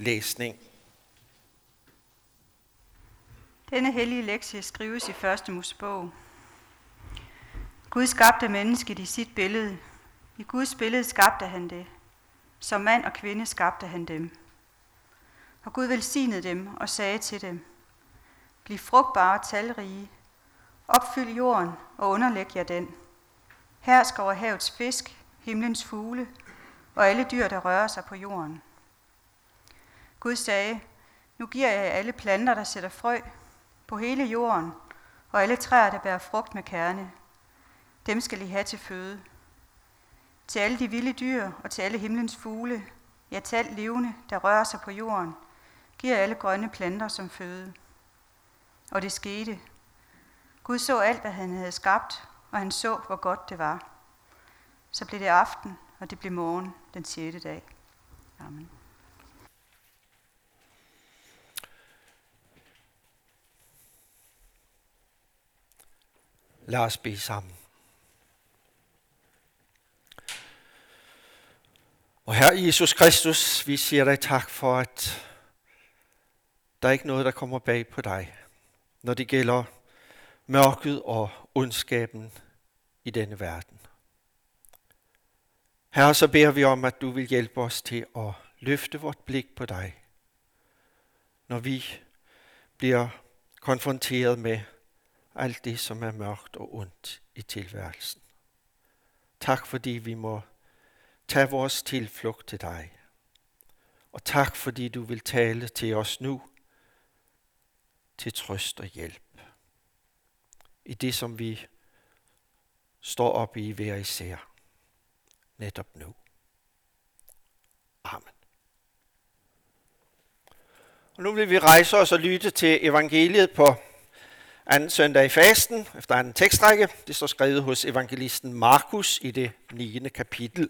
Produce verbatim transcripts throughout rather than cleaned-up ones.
læsning. Denne hellige lektie skrives i første Mosebog. Gud skabte mennesket i sit billede. I Guds billede skabte han det. Som mand og kvinde skabte han dem. Og Gud velsignede dem og sagde til dem: Bliv frugtbare og talrige. Opfyld jorden og underlæg jer den. Hersk over havets fisk, himlens fugle og alle dyr, der rører sig på jorden. Gud sagde: Nu giver jeg jer alle planter, der sætter frø, på hele jorden, og alle træer, der bærer frugt med kerne. Dem skal I have til føde. Til alle de vilde dyr og til alle himlens fugle, ja, til alt levende, der rører sig på jorden, giver alle grønne planter som føde. Og det skete. Gud så alt, hvad han havde skabt, og han så, hvor godt det var. Så blev det aften, og det blev morgen den sjette dag. Amen. Lad os bede sammen. Og Herre Jesus Kristus, vi siger dig tak for, at der er ikke noget, der kommer bag på dig, når det gælder mørket og ondskaben i denne verden. Herre, så beder vi om, at du vil hjælpe os til at løfte vort blik på dig, når vi bliver konfronteret med alt det, som er mørkt og ondt i tilværelsen. Tak, fordi vi må tage vores tilflugt til dig. Og tak, fordi du vil tale til os nu, til trøst og hjælp. I det, som vi står op i hver især, netop nu. Amen. Og nu vil vi rejse os og lytte til evangeliet på anden søndag i fasten, efter anden tekstrække. Det står skrevet hos evangelisten Markus i det niende kapitel.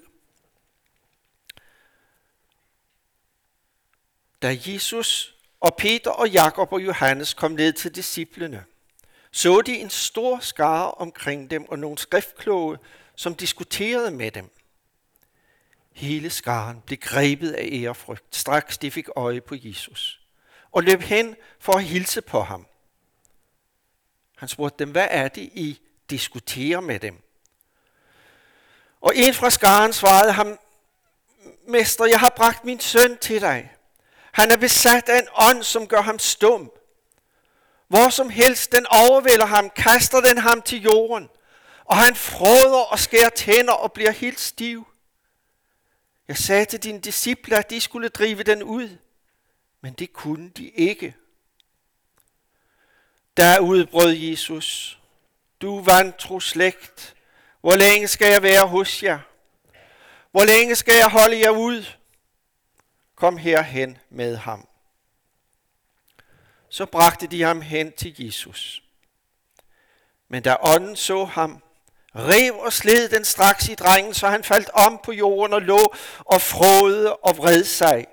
Da Jesus og Peter og Jakob og Johannes kom ned til disciplene, så de en stor skare omkring dem og nogle skriftkloge, som diskuterede med dem. Hele skaren blev grebet af ærefrygt, straks de fik øje på Jesus, og løb hen for at hilse på ham. Han spurgte dem, hvad er det, I diskuterer med dem? Og en fra skaren svarede ham: Mester, jeg har bragt min søn til dig. Han er besat af en ånd, som gør ham stum. Hvor som helst den overvælder ham, kaster den ham til jorden, og han fråder og skærer tænder og bliver helt stiv. Jeg sagde til dine disciple, at de skulle drive den ud, men det kunne de ikke. Der udbrød Jesus: Du vantro slægt, hvor længe skal jeg være hos jer? Hvor længe skal jeg holde jer ud? Kom herhen med ham. Så bragte de ham hen til Jesus. Men da ånden så ham, rev og sled den straks i drengen, så han faldt om på jorden og lå og frådede og vred sig.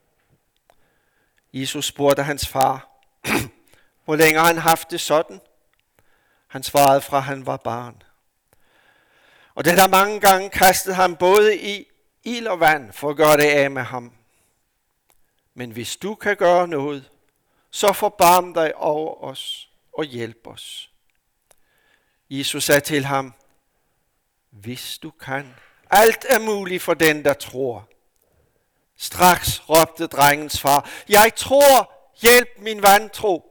Jesus spurgte hans far, hvor længe har han haft det sådan? Han svarede, fra han var barn. Og den har mange gange kastet ham både i ild og vand for at gøre det af med ham. Men hvis du kan gøre noget, så forbarm dig over os og hjælp os. Jesus sagde til ham: Hvis du kan, alt er muligt for den, der tror. Straks råbte drengens far: Jeg tror, hjælp min vantro.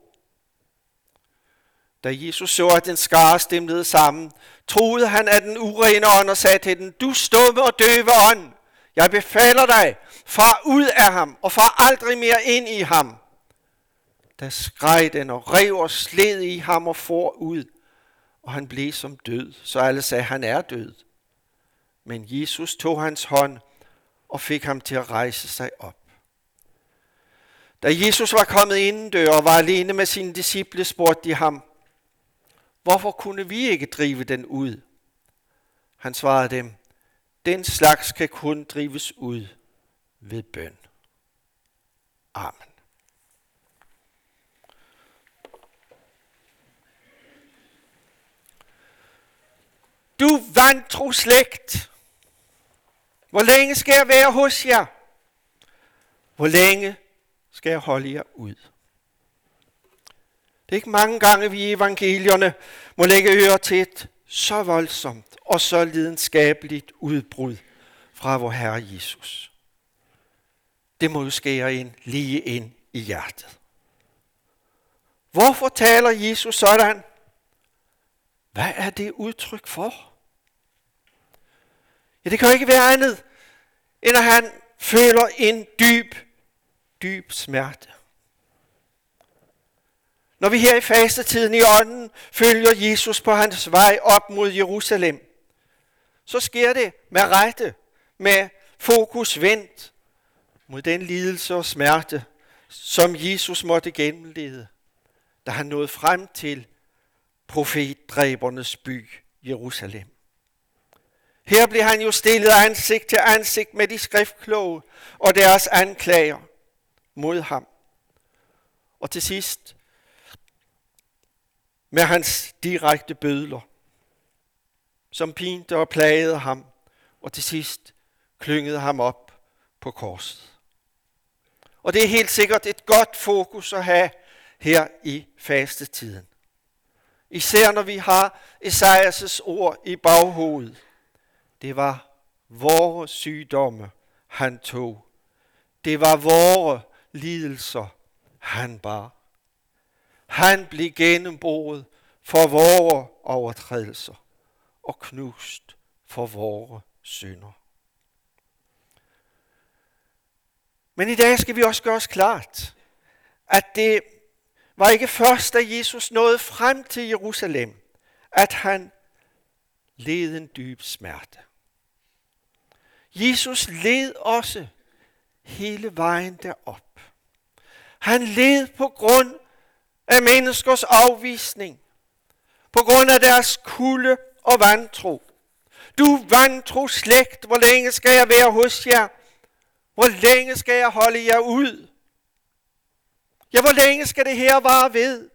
Da Jesus så, at den skare stemlede sammen, troede han af den urene ånd og sagde til den: Du stumme og døve ånd, jeg befaler dig, far ud af ham og far aldrig mere ind i ham. Da skreg den og rev og sled i ham og for ud, og han blev som død, så alle sagde, han er død. Men Jesus tog hans hånd og fik ham til at rejse sig op. Da Jesus var kommet indendør og var alene med sine disciple, spurgte de ham: Hvorfor kunne vi ikke drive den ud? Han svarede dem: Den slags kan kun drives ud ved bøn. Amen. Du vantro slægt, hvor længe skal jeg være hos jer? Hvor længe skal jeg holde jer ud. Det er ikke mange gange, vi i evangelierne må lægge øre til et så voldsomt og så lidenskabeligt udbrud fra vor Herre Jesus. Det må jo skære ind lige ind i hjertet. Hvorfor taler Jesus sådan? Hvad er det udtryk for? Ja, det kan jo ikke være andet, end at han føler en dyb, dyb smerte. Når vi her i fastetiden i ånden følger Jesus på hans vej op mod Jerusalem, så sker det med rette, med fokus vendt mod den lidelse og smerte, som Jesus måtte gennemlede, da han nåede frem til profetdræbernes by, Jerusalem. Her blev han jo stillet ansigt til ansigt med de skriftkloge og deres anklager mod ham. Og til sidst med hans direkte bødler, som pinte og plagede ham, og til sidst klyngede ham op på korset. Og det er helt sikkert et godt fokus at have her i fastetiden. Især når vi har Esajas ord i baghovedet. Det var vore sygdomme, han tog. Det var vore lidelser, han bar. Han blev gennemboret for vore overtrædelser og knust for vore synder. Men i dag skal vi også gøre os klart, at det var ikke først, da Jesus nåede frem til Jerusalem, at han led en dyb smerte. Jesus led også hele vejen derop. Han led på grund af menneskers afvisning, på grund af deres kulde og vantro. Du vantro slægt, hvor længe skal jeg være hos jer? Hvor længe skal jeg holde jer ud? Ja, hvor længe skal det her vare ved?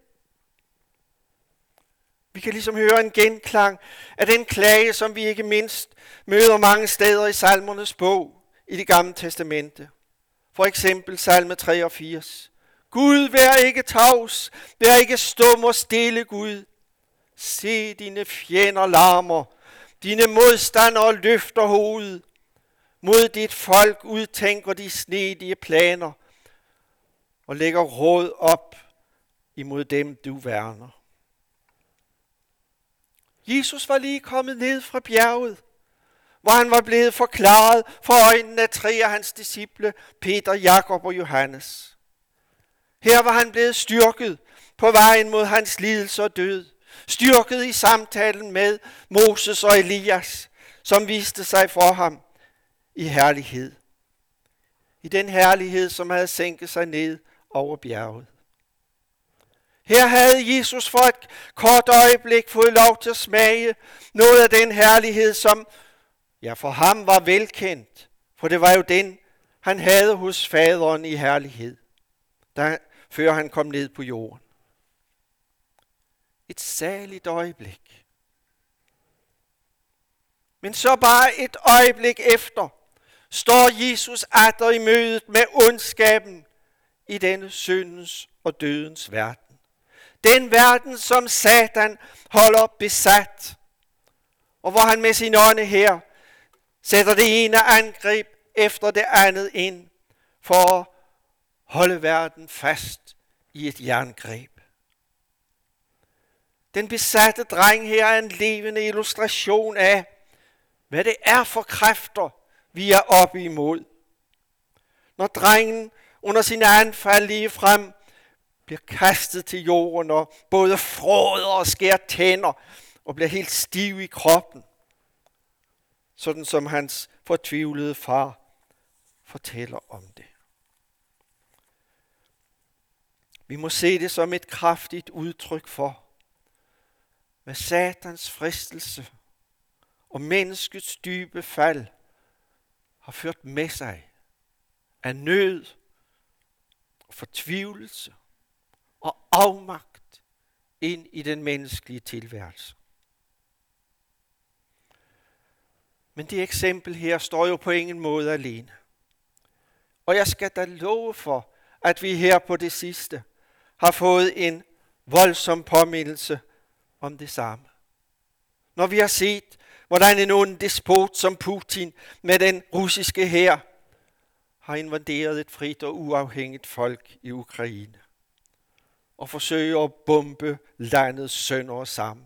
Vi kan ligesom høre en genklang af den klage, som vi ikke mindst møder mange steder i salmernes bog i Det Gamle Testamente. For eksempel salme treogfirs. Gud, vær ikke tavs, vær ikke stum og stille, Gud. Se, dine fjender larmer, dine modstandere løfter hovedet. Mod dit folk udtænker de snedige planer og lægger råd op imod dem, du værner. Jesus var lige kommet ned fra bjerget, hvor han var blevet forklaret for øjnene af tre af hans disciple, Peter, Jakob og Johannes. Her var han blevet styrket på vejen mod hans lidelse og død, styrket i samtalen med Moses og Elias, som viste sig for ham i herlighed. I den herlighed, som havde sænket sig ned over bjerget. Her havde Jesus for et kort øjeblik fået lov til at smage noget af den herlighed, som ja, for ham var velkendt. For det var jo den, han havde hos faderen i herlighed, da, før han kom ned på jorden. Et saligt øjeblik. Men så bare et øjeblik efter, står Jesus atter i mødet med ondskaben i denne syndens og dødens verden. Den verden, som Satan holder besat, og hvor han med sin ånde her sætter det ene angreb efter det andet ind, for at holde verden fast i et jerngreb. Den besatte dreng her er en levende illustration af, hvad det er for kræfter, vi er oppe imod. Når drengen under sin anfald lige frem bliver kastet til jorden og både fråder og skærer tænder og bliver helt stiv i kroppen. Sådan som hans fortvivlede far fortæller om det. Vi må se det som et kraftigt udtryk for, hvad Satans fristelse og menneskets dybe fald har ført med sig af nød og fortvivlelse og afmagt ind i den menneskelige tilværelse. Men det eksempel her står jo på ingen måde alene. Og jeg skal da love for, at vi her på det sidste har fået en voldsom påmindelse om det samme. Når vi har set, hvordan en ond despot som Putin med den russiske hær har invaderet et frit og uafhængigt folk i Ukraine og forsøger at bombe landets sønder sammen.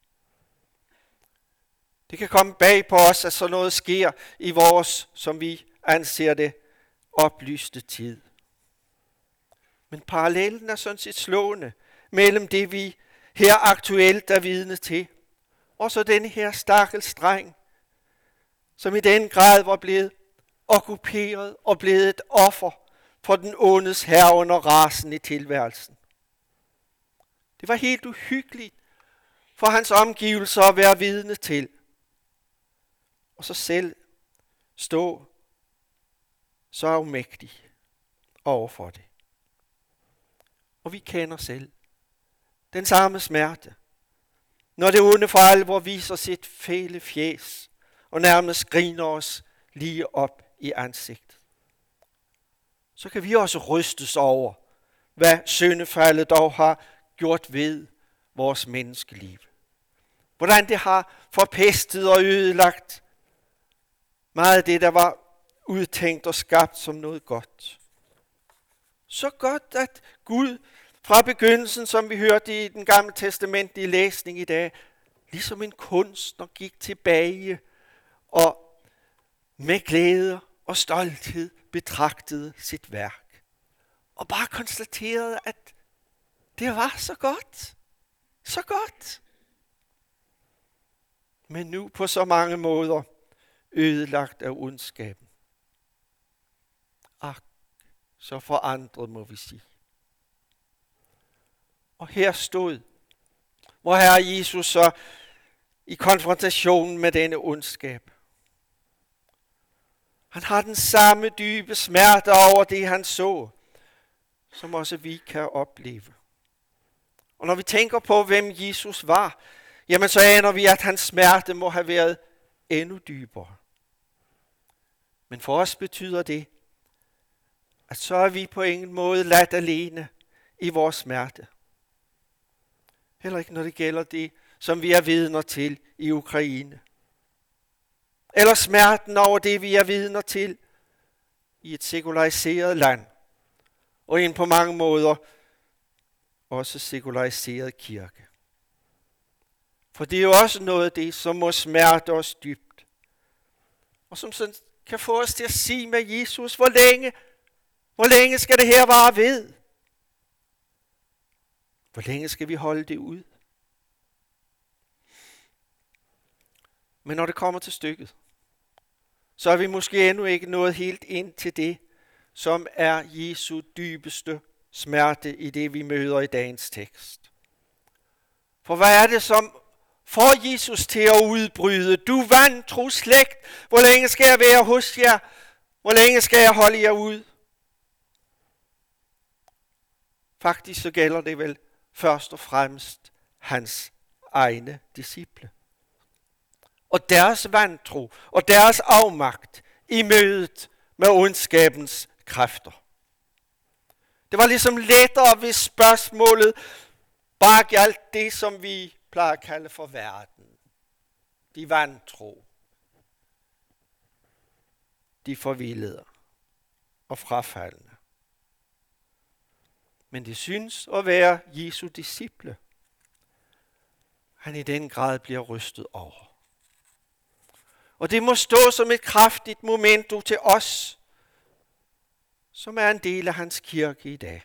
Det kan komme bag på os, at sådan noget sker i vores, som vi anser det, oplyste tid. Men parallellen er sådan set slående mellem det, vi her aktuelt er vidne til, og så denne her stakkels dreng, som i den grad var blevet okkuperet og blevet et offer for den ondes hærgen og rasen i tilværelsen. Det var helt uhyggeligt for hans omgivelser at være vidne til. Og så selv stå så afmægtig overfor det. Og vi kender selv den samme smerte, når det onde for alvor viser sit fæle fjes og nærmest griner os lige op i ansigtet. Så kan vi også rystes over, hvad syndefaldet dog har gjort ved vores menneskeliv. Hvordan det har forpestet og ødelagt meget af det, der var udtænkt og skabt som noget godt. Så godt, at Gud fra begyndelsen, som vi hørte i den gamle testamentlige læsning i dag, ligesom en kunstner gik tilbage og med glæde og stolthed betragtede sit værk. Og bare konstaterede, at det var så godt. Så godt. Men nu på så mange måder ødelagt af ondskaben. Ak, så forandret må vi sige. Og her stod, hvor Herre Jesus så i konfrontationen med denne ondskab. Han har den samme dybe smerte over det, han så, som også vi kan opleve. Og når vi tænker på, hvem Jesus var, jamen så aner vi, at hans smerte må have været endnu dybere. Men for os betyder det, at så er vi på ingen måde ladt alene i vores smerte. Heller ikke når det gælder det, som vi er vidner til i Ukraine. Eller smerten over det, vi er vidner til i et sekulariseret land. Og en på mange måder også sekulariseret kirke. For det er jo også noget af det, som må smerte os dybt. Og som sådan kan få os til at sige med Jesus, hvor længe, hvor længe skal det her vare ved? Hvor længe skal vi holde det ud? Men når det kommer til stykket, så er vi måske endnu ikke nået helt ind til det, som er Jesu dybeste smerte i det, vi møder i dagens tekst. For hvad er det, som får Jesus til at udbryde? Du vantro slægt, hvor længe skal jeg være hos jer? Hvor længe skal jeg holde jer ud? Faktisk så gælder det vel først og fremmest hans egne disciple. Og deres vantro og deres afmagt i mødet med ondskabens kræfter. Det var ligesom lettere, hvis spørgsmålet bare gjaldt det, som vi plejer at kalde for verden. De vantro. De forvildede og frafaldende. Men det synes at være Jesu disciple. Han i den grad bliver rystet over. Og det må stå som et kraftigt momento til os, som er en del af hans kirke i dag.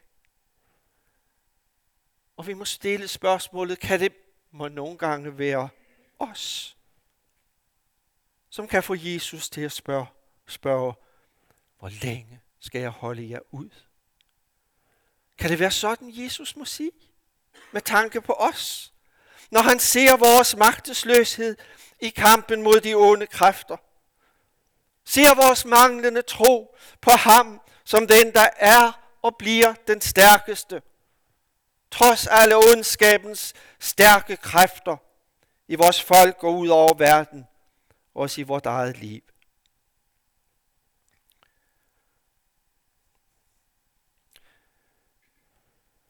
Og vi må stille spørgsmålet, kan det må nogle gange være os, som kan få Jesus til at spørge, spørge, hvor længe skal jeg holde jer ud? Kan det være sådan, Jesus må sige, med tanke på os, når han ser vores magtesløshed i kampen mod de onde kræfter? Ser vores manglende tro på ham, som den, der er og bliver den stærkeste, trods alle ondskabens stærke kræfter i vores folk og ud over verden, også i vort eget liv.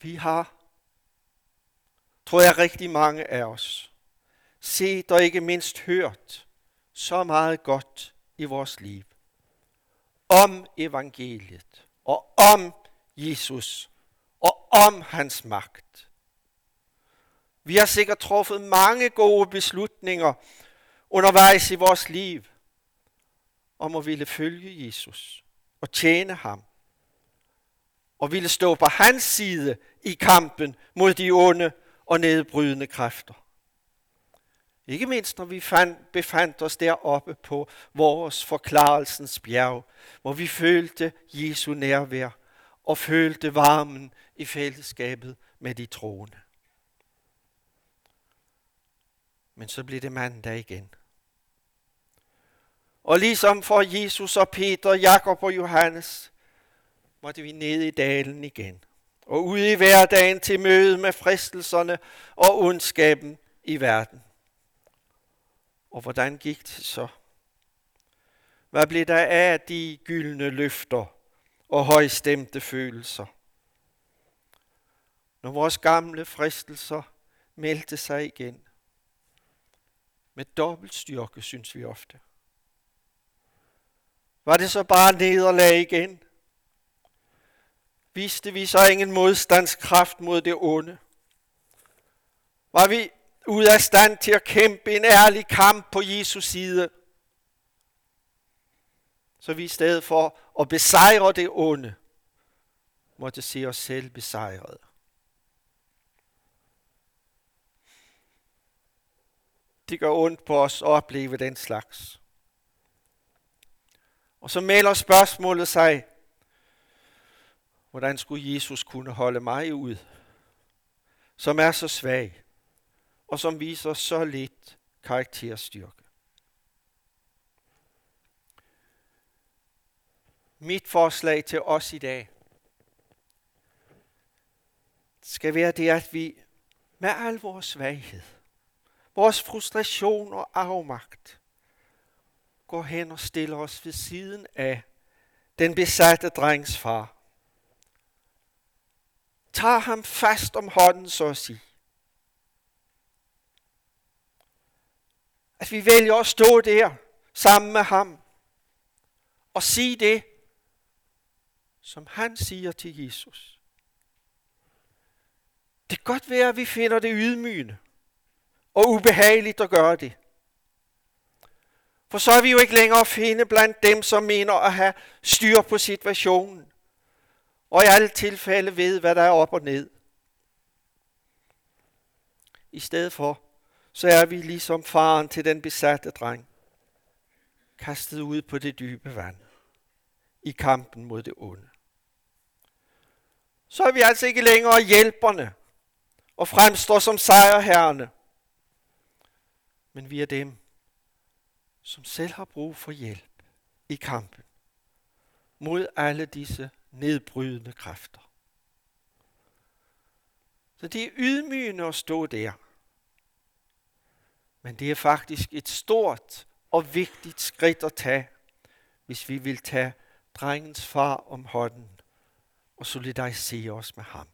Vi har, tror jeg, rigtig mange af os set og ikke mindst hørt så meget godt i vores liv om evangeliet og om Jesus og om hans magt. Vi har sikkert truffet mange gode beslutninger undervejs i vores liv om at ville følge Jesus og tjene ham og ville stå på hans side i kampen mod de onde og nedbrydende kræfter. Ikke mindst når vi fandt, befandt os deroppe på vores forklarelsens bjerg, hvor vi følte Jesu nærvær og følte varmen i fællesskabet med de troende. Men så blev det mandag igen. Og ligesom for Jesus og Peter, Jakob og Johannes, måtte vi ned i dalen igen. Og ude i hverdagen til møde med fristelserne og ondskaben i verden. Og hvordan gik det så? Hvad blev der af de gyldne løfter og højstemte følelser? Når vores gamle fristelser meldte sig igen. Med dobbelt styrke, synes vi ofte. Var det så bare nederlag igen? Viste vi så ingen modstandskraft mod det onde? Var vi ude af stand til at kæmpe en ærlig kamp på Jesus side? Så vi i stedet for at besejre det onde, måtte se os selv besejret. Det gør ondt på os at opleve den slags. Og så melder spørgsmålet sig, hvordan skulle Jesus kunne holde mig ud, som er så svag, og som viser så lidt karakterstyrke. Mit forslag til os i dag skal være det, at vi med al vores svaghed, vores frustration og afmagt, går hen og stiller os ved siden af den besatte drengs far. Tag ham fast om hånden, så at sige. At vi vælger at stå der sammen med ham og sige det, som han siger til Jesus. Det kan godt være, at vi finder det ydmygende og ubehageligt at gøre det. For så er vi jo ikke længere at finde blandt dem, som mener at have styr på situationen, og i alle tilfælde ved, hvad der er op og ned. I stedet for, så er vi ligesom faren til den besatte dreng, kastet ud på det dybe vand, i kampen mod det onde. Så er vi altså ikke længere hjælperne, og fremstår som sejrherrene, men vi er dem, som selv har brug for hjælp i kampen mod alle disse nedbrydende kræfter. Så det er ydmygende at stå der. Men det er faktisk et stort og vigtigt skridt at tage, hvis vi vil tage drengens far om hånden og solidarisere os med ham.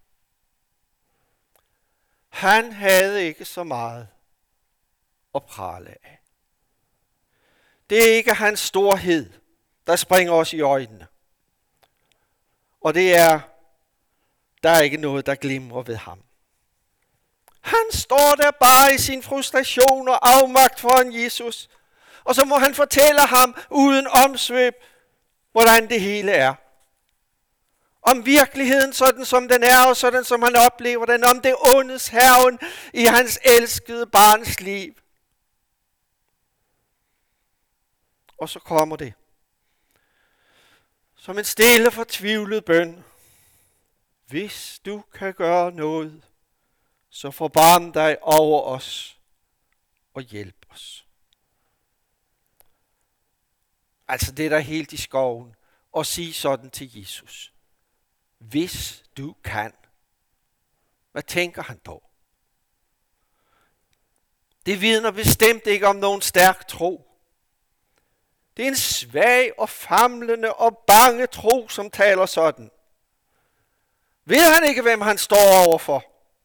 Han havde ikke så meget at prale af. Det er ikke hans storhed, der springer os i øjnene. Og det er, der er ikke noget, der glimrer ved ham. Han står der bare i sin frustration og afmagt foran Jesus. Og så må han fortælle ham uden omsvøb, hvordan det hele er. Om virkeligheden sådan som den er, og sådan som han oplever den. Om det ondes hærgen i hans elskede barns liv. Og så kommer det. Som en stille fortvivlet bøn. Hvis du kan gøre noget, så forbarm dig over os og hjælp os. Altså det er der helt i skoven at sige sådan til Jesus. Hvis du kan. Hvad tænker han på? Det vidner bestemt ikke om nogen stærk tro. Det er en svag og famlende og bange tro, som taler sådan. Ved han ikke, hvem han står overfor?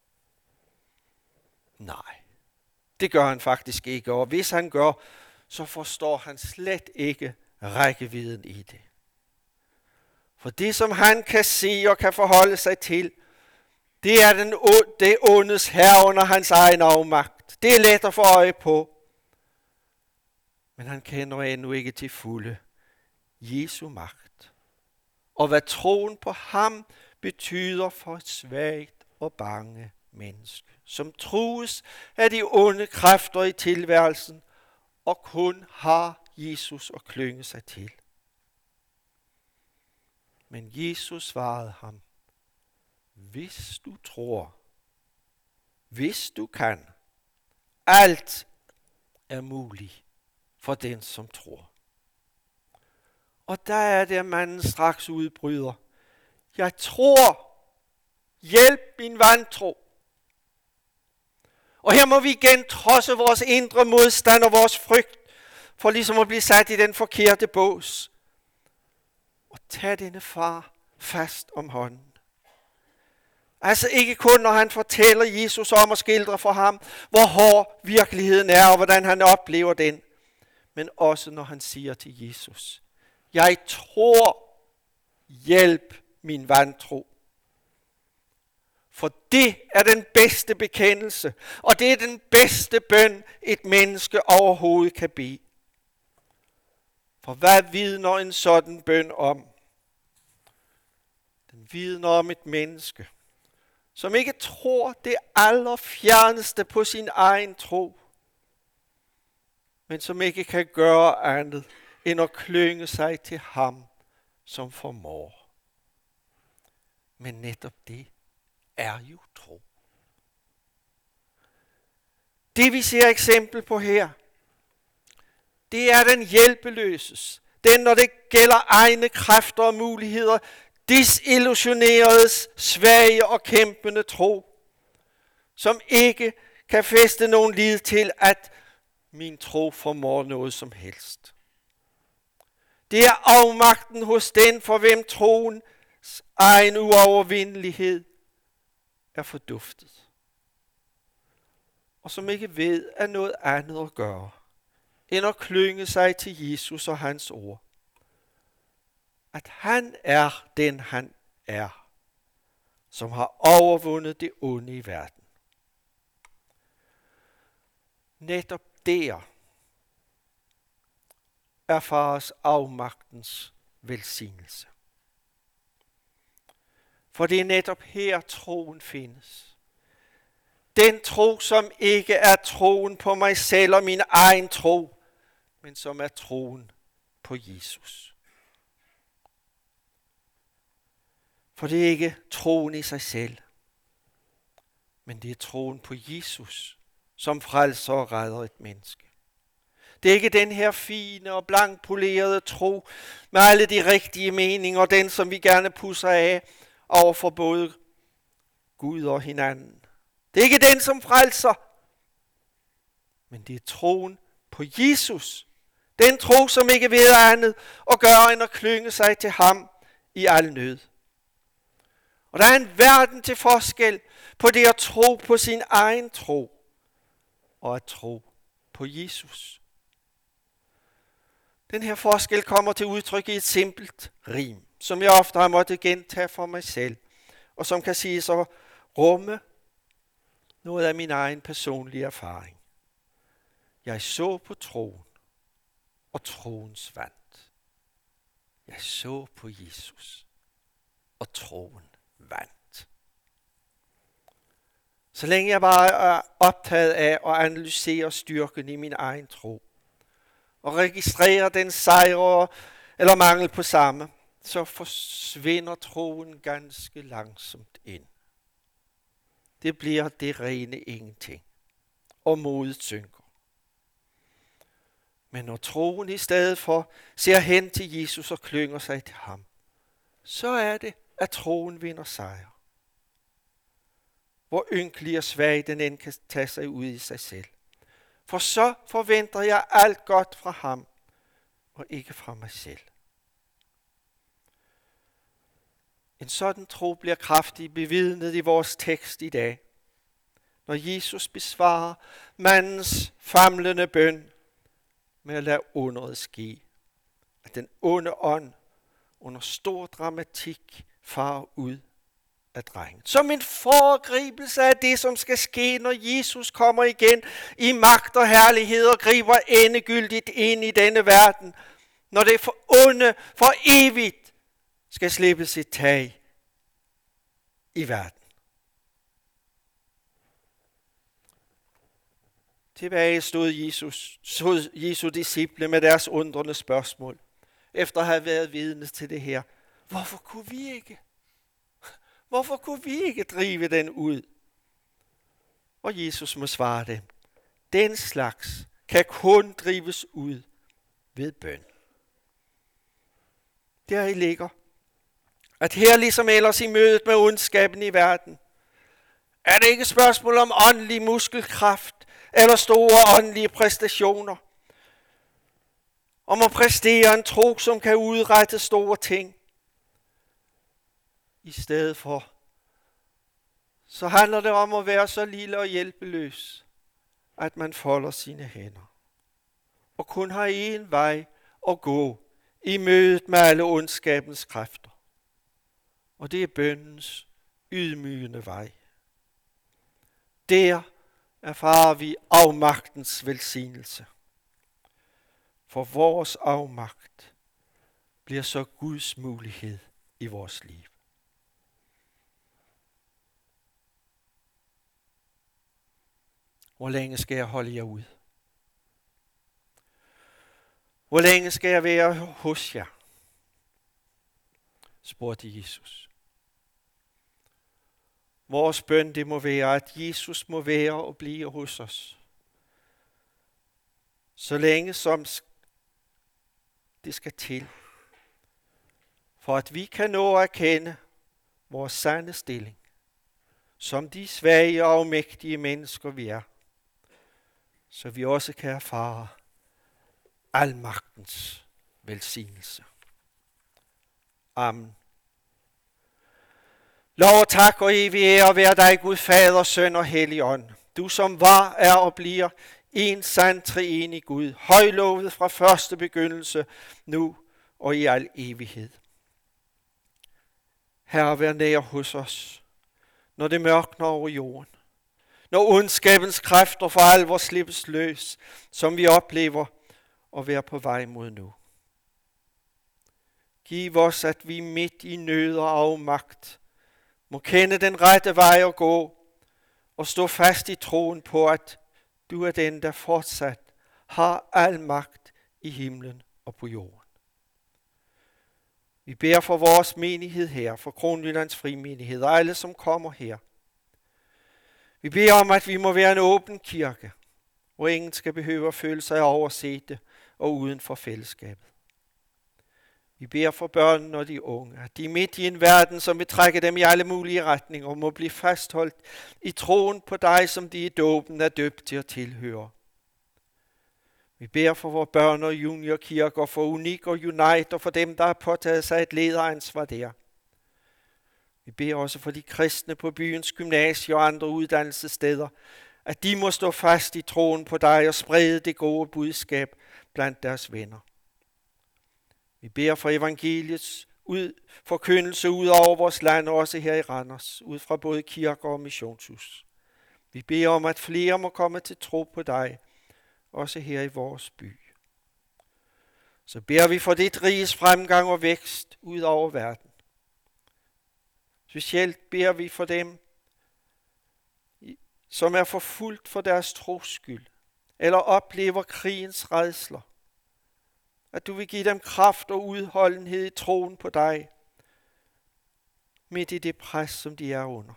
Nej, det gør han faktisk ikke. Og hvis han gør, så forstår han slet ikke rækkevidden i det. For det, som han kan se og kan forholde sig til, det er den, det ondes herre under hans egen afmagt. Det er let at få øje på. Men han kender endnu ikke til fulde Jesu magt. Og hvad troen på ham betyder for et svagt og bange menneske, som trues af de onde kræfter i tilværelsen, og kun har Jesus at klynge sig til. Men Jesus svarede ham, hvis du tror, hvis du kan, alt er muligt for den, som tror. Og der er det, at manden straks udbryder. Jeg tror, hjælp min vantro. Og her må vi igen trodse vores indre modstand og vores frygt, for ligesom at blive sat i den forkerte bås. Og tag denne far fast om hånden. Altså ikke kun, når han fortæller Jesus om og skildrer for ham, hvor hård virkeligheden er, og hvordan han oplever den. Men også når han siger til Jesus, jeg tror, hjælp min vantro. For det er den bedste bekendelse, og det er den bedste bøn, et menneske overhovedet kan bede. For hvad vidner en sådan bøn om? Den vidner om et menneske, som ikke tror det allerfjerneste på sin egen tro, men som ikke kan gøre andet end at klynge sig til ham, som formår. Men netop det er jo tro. Det vi ser eksempel på her, det er den hjælpeløses, den når det gælder egne kræfter og muligheder, disillusioneredes, svage og kæmpende tro, som ikke kan fæste nogen lid til, at min tro formår noget som helst. Det er afmagten hos den, for hvem troens egen uovervindelighed er forduftet, og som ikke ved at noget andet at gøre, end at klynge sig til Jesus og hans ord. At han er den, han er, som har overvundet det onde i verden. Netop der erfares afmagtens velsignelse. For det er netop her troen findes. Den tro, som ikke er troen på mig selv og min egen tro, men som er troen på Jesus. For det er ikke troen i sig selv, men det er troen på Jesus, som frelser og redder et menneske. Det er ikke den her fine og blank polerede tro med alle de rigtige meninger, den som vi gerne pusser af over for både Gud og hinanden. Det er ikke den, som frelser, men det er troen på Jesus. Den tro, som ikke ved andet og gør end at klynge sig til ham i al nød. Og der er en verden til forskel på det at tro på sin egen tro og at tro på Jesus. Den her forskel kommer til udtryk i et simpelt rim, som jeg ofte har måttet gentage for mig selv, og som kan siges at rumme noget af min egen personlige erfaring. Jeg så på troen, og troens vandt. Jeg så på Jesus, og troen vandt. Så længe jeg bare er optaget af at analysere styrken i min egen tro, og registrere den sejr eller mangel på samme, så forsvinder troen ganske langsomt ind. Det bliver det rene ingenting, og modet synker. Men når troen i stedet for ser hen til Jesus og klynger sig til ham, så er det, at troen vinder sejr. Hvor ynkelig og svag den end kan tage sig ud i sig selv. For så forventer jeg alt godt fra ham, og ikke fra mig selv. En sådan tro bliver kraftigt bevidnet i vores tekst i dag, når Jesus besvarer mandens famlende bøn med at lade underet ske. At den onde ånd under stor dramatik farer ud af drengen. Som en foregribelse af det, som skal ske, når Jesus kommer igen i magt og herlighed og griber endegyldigt ind i denne verden. Når det for onde, for evigt, skal slippe sit tag i verden. Tilbage stod Jesus, stod Jesu disciple med deres undrende spørgsmål, efter at have været vidne til det her. Hvorfor kunne vi ikke? Hvorfor kunne vi ikke drive den ud? Og Jesus må svare dem. Den slags kan kun drives ud ved bøn. Der i ligger, at her ligesom ellers i mødet med ondskaben i verden, er det ikke et spørgsmål om åndelig muskelkraft eller store åndelige præstationer. Om at præstere en tro, som kan udrette store ting. I stedet for, så handler det om at være så lille og hjælpeløs, at man folder sine hænder. Og kun har én vej at gå i mødet med alle ondskabens kræfter. Og det er bønnens ydmygende vej. Der erfarer vi afmagtens velsignelse. For vores afmagt bliver så Guds mulighed i vores liv. Hvor længe skal jeg holde jer ud? Hvor længe skal jeg være hos jer? Spurgte Jesus. Vores bøn, det må være, at Jesus må være og blive hos os. Så længe som det skal til. For at vi kan nå at kende vores sande stilling. Som de svage og afmægtige mennesker vi er. Så vi også kan erfare almagtens velsignelse. Amen. Lov og tak og evig ære være dig, Gud Fader, Søn og Helligånd. Du som var, er og bliver en sand treenig Gud, højlovet fra første begyndelse, nu og i al evighed. Herre, vær nær hos os, når det mørkner over jorden. Når ondskabens kræfter for alvor slippes løs, som vi oplever at være på vej mod nu. Giv os, at vi midt i nød og afmagt må kende den rette vej at gå og stå fast i troen på, at du er den, der fortsat har al magt i himlen og på jorden. Vi beder for vores menighed her, for Kronjyllands Frimenighed og alle, som kommer her. Vi beder om, at vi må være en åben kirke, hvor ingen skal behøve at føle sig overset og uden for fællesskabet. Vi beder for børnene og de unge, at de midt i en verden, som vil trække dem i alle mulige retninger, må blive fastholdt i troen på dig, som de i dåben er døbt til at tilhøre. Vi beder for vores børn og juniorkirker, for Unik og Unite og for dem, der har påtaget sig et lederansvar der. Vi beder også for de kristne på byens gymnasier og andre uddannelsessteder, at de må stå fast i troen på dig og sprede det gode budskab blandt deres venner. Vi beder for evangeliets ud, forkyndelse ud over vores land, også her i Randers, ud fra både kirker og missionshus. Vi beder om, at flere må komme til tro på dig, også her i vores by. Så beder vi for dit riges fremgang og vækst ud over verden. Specielt beder vi for dem, som er forfulgt for deres tros skyld, eller oplever krigens rædsler. At du vil give dem kraft og udholdenhed i troen på dig, midt i det pres, som de er under.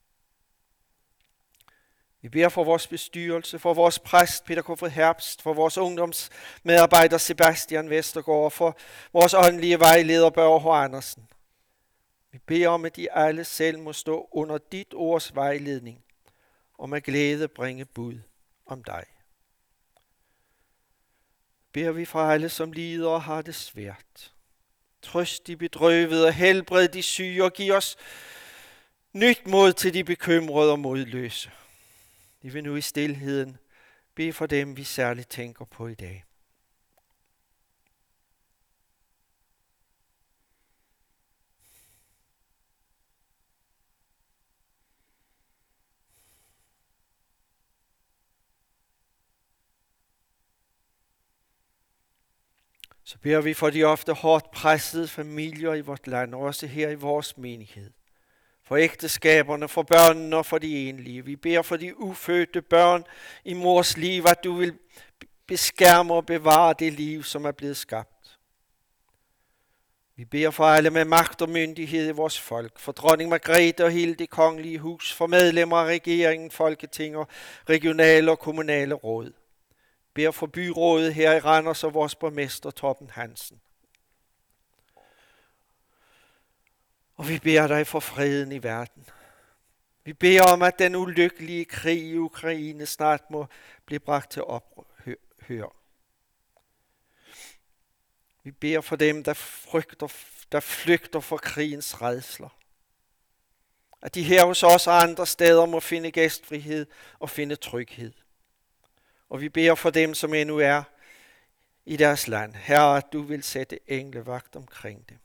Vi beder for vores bestyrelse, for vores præst Peter Kofod Herbst, for vores ungdomsmedarbejder Sebastian Vestergaard og for vores åndelige vejleder Børge H. Andersen. Vi beder om, at de alle selv må stå under dit ords vejledning og med glæde bringe bud om dig. Beder vi for alle, som lider og har det svært. Trøst de bedrøvede og helbred de syge og giv os nyt mod til de bekymrede og modløse. Vi vil nu i stilheden bede for dem, vi særligt tænker på i dag. Så beder vi for de ofte hårdt pressede familier i vort land, og også her i vores menighed. For ægteskaberne, for børnene og for de enlige. Vi beder for de ufødte børn i mors liv, at du vil beskærme og bevare det liv, som er blevet skabt. Vi beder for alle med magt og myndighed i vores folk, for dronning Margrethe og hele det kongelige hus, for medlemmer af regeringen, folketing og regionale og kommunale råd. Beder for byrådet her i Randers og vores borgmester Torben Hansen. Og vi beder dig for freden i verden. Vi beder om, at den ulykkelige krig i Ukraine snart må blive bragt til ophør. Vi beder for dem, der frygter, der flygter for krigens rædsler. At de her hos os og andre steder må finde gæstfrihed og finde tryghed. Og vi beder for dem, som endnu er i deres land. Herre, at du vil sætte englevagt omkring dem.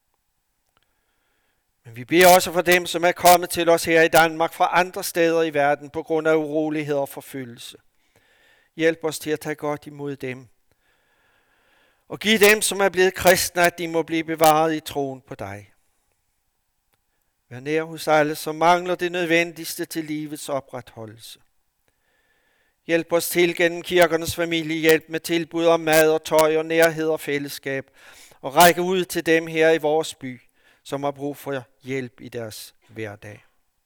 Men vi beder også for dem, som er kommet til os her i Danmark fra andre steder i verden på grund af urolighed og forfølgelse. Hjælp os til at tage godt imod dem. Og giv dem, som er blevet kristne, at de må blive bevaret i troen på dig. Vær nær hos alle, som mangler det nødvendigste til livets opretholdelse. Hjælp os til gennem kirkernes familiehjælp med tilbud om mad og tøj og nærhed og fællesskab, og række ud til dem her i vores by, som har brug for hjælp i deres hverdag.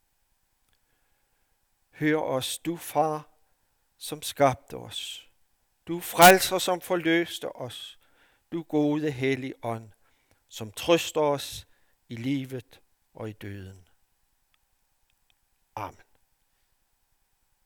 Hør os, du far, som skabte os. Du frelser, som forløste os. Du gode hellige ånd, som trøster os i livet og i døden. Amen.